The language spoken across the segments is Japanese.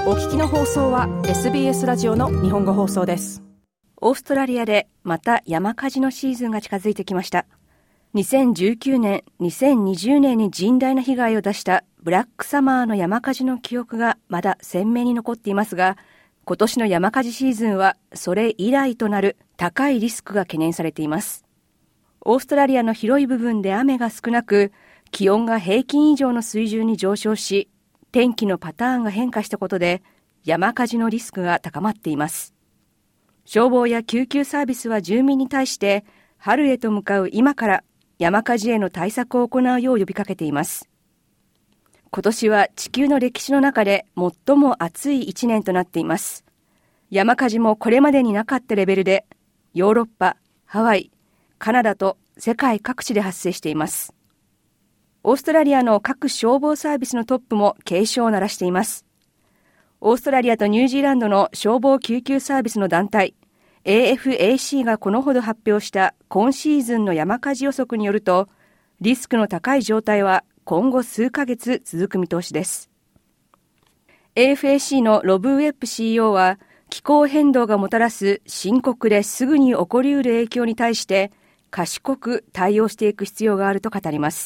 お聞きの放送は SBS ラジオの日本語放送です。 オーストラリアでまた山火事のシーズンが近づいてきました。2019年、2020年に甚大な被害を出したブラックサマーの山火事の記憶がまだ鮮明に残っていますが、今年の山火事シーズンはそれ以来となる高いリスクが懸念されています。オーストラリアの広い部分で雨が少なく、気温が平均以上の水準に上昇し、天気のパターンが変化したことで山火事のリスクが高まっています。消防や救急サービスは住民に対して春へと向かう今から山火事への対策を行うよう呼びかけています。今年は地球の歴史の中で最も暑い1年となっています。山火事もこれまでになかったレベルでヨーロッパ、ハワイ、カナダと世界各地で発生しています。オーストラリアの各消防サービスのトップも警鐘を鳴らしています。オーストラリアとニュージーランドの消防救急サービスの団体 AFAC がこのほど発表した今シーズンの山火事予測によると、リスクの高い状態は今後数ヶ月続く見通しです。AFAC のロブ・ウェップ CEO は、気候変動がもたらす深刻ですぐに起こりうる影響に対して賢く対応していく必要があると語ります。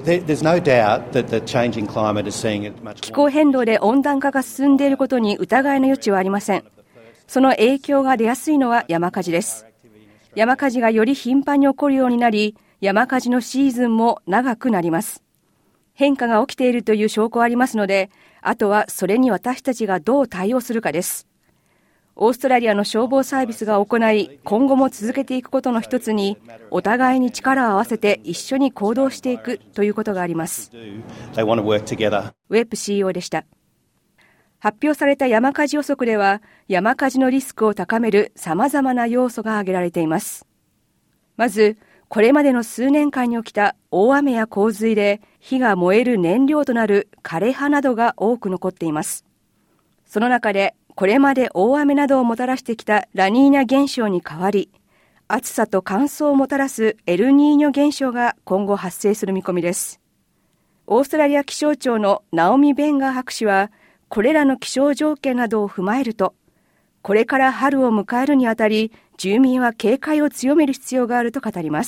気候変動で温暖化が進んでいることに疑いの余地はありません。その影響が出やすいのは山火事です。山火事がより頻繁に起こるようになり、山火事のシーズンも長くなります。変化が起きているという証拠はありますので、あとはそれに私たちがどう対応するかです。オーストラリアの消防サービスが行い、今後も続けていくことの一つに、お互いに力を合わせて一緒に行動していくということがあります。ウェップ CEO でした。発表された山火事予測では、山火事のリスクを高める様々な要素が挙げられています。まず、これまでの数年間に起きた大雨や洪水で火が燃える燃料となる枯葉などが多く残っています。その中で、これまで大雨などをもたらしてきたラニーニャ現象に代わり、暑さと乾燥をもたらすエルニーニョ現象が今後発生する見込みです。オーストラリア気象庁のナオミ・ベンガー博士は、これらの気象条件などを踏まえると、これから春を迎えるにあたり、住民は警戒を強める必要があると語ります。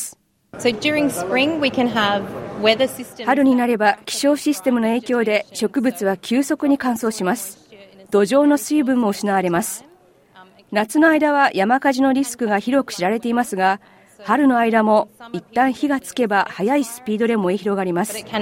春になれば気象システムの影響で植物は急速に乾燥します。土壌の水分も失われます。夏の間は山火事のリスクが広く知られていますが、春の間も一旦火がつけば速いスピードで燃え広がります。ベン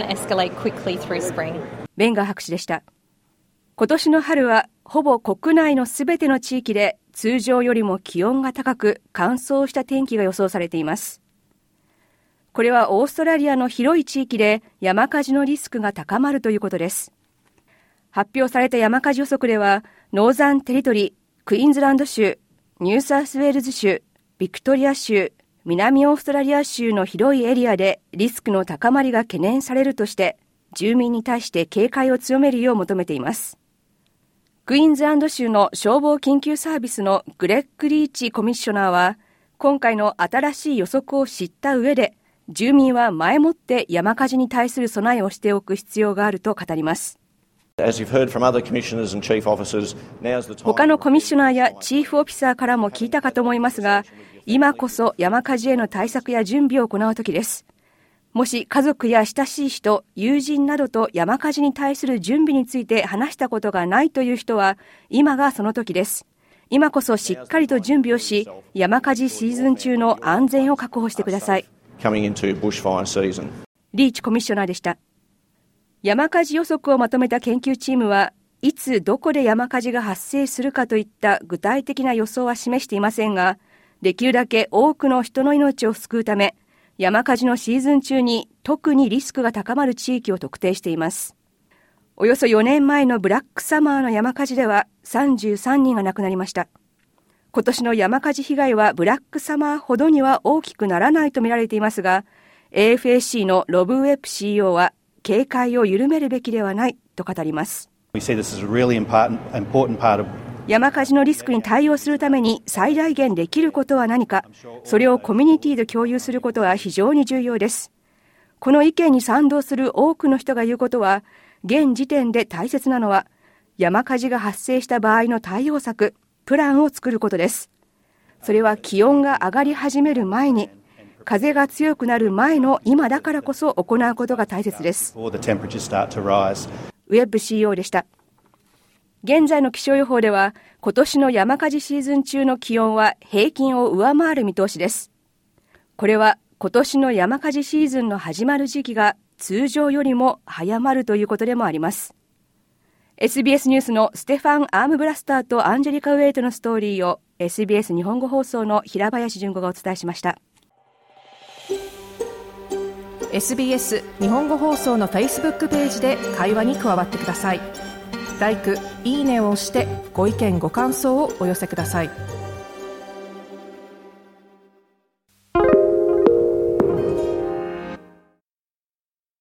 ガー博士でした。今年の春はほぼ国内のすべての地域で通常よりも気温が高く乾燥した天気が予想されています。これはオーストラリアの広い地域で山火事のリスクが高まるということです。発表された山火事予測では、ノーザンテリトリー、クイーンズランド州、ニューサウスウェールズ州、ビクトリア州、南オーストラリア州の広いエリアでリスクの高まりが懸念されるとして、住民に対して警戒を強めるよう求めています。クイーンズランド州の消防緊急サービスのグレッグ・リーチコミッショナーは、今回の新しい予測を知った上で、住民は前もって山火事に対する備えをしておく必要があると語ります。他のコミッショナーやチーフオフィサーからも聞いたかと思いますが、今こそ山火事への対策や準備を行う時です。もし家族や親しい人、友人などと山火事に対する準備について話したことがないという人は、今がその時です。今こそしっかりと準備をし、山火事シーズン中の安全を確保してください。リーチコミッショナーでした。山火事予測をまとめた研究チームは、いつどこで山火事が発生するかといった具体的な予想は示していませんが、できるだけ多くの人の命を救うため、山火事のシーズン中に特にリスクが高まる地域を特定しています。およそ4年前のブラックサマーの山火事では33人が亡くなりました。今年の山火事被害はブラックサマーほどには大きくならないと見られていますが、AFAC のロブ・ウェップ CEO は、警戒を緩めるべきではないと語ります。山火事のリスクに対応するために最大限できることは何か、それをコミュニティで共有することは非常に重要です。この意見に賛同する多くの人が言うことは、現時点で大切なのは、 山火事が発生した場合の対応策、プランを作ることです。それは気温が上がり始める前に、風が強くなる前の今だからこそ行うことが大切です。ウェブ CEO でした。現在の気象予報では、今年の山火事シーズン中の気温は平均を上回る見通しです。これは今年の山火事シーズンの始まる時期が通常よりも早まるということでもあります。SBS ニュースのステファン・アームブラスターとアンジェリカ・ウェイトのストーリーを SBS 日本語放送の平林純子がお伝えしました。 SBS 日本語放送の Facebook ページで会話に加わってください。LIKE、いいねを押してご意見ご感想をお寄せください。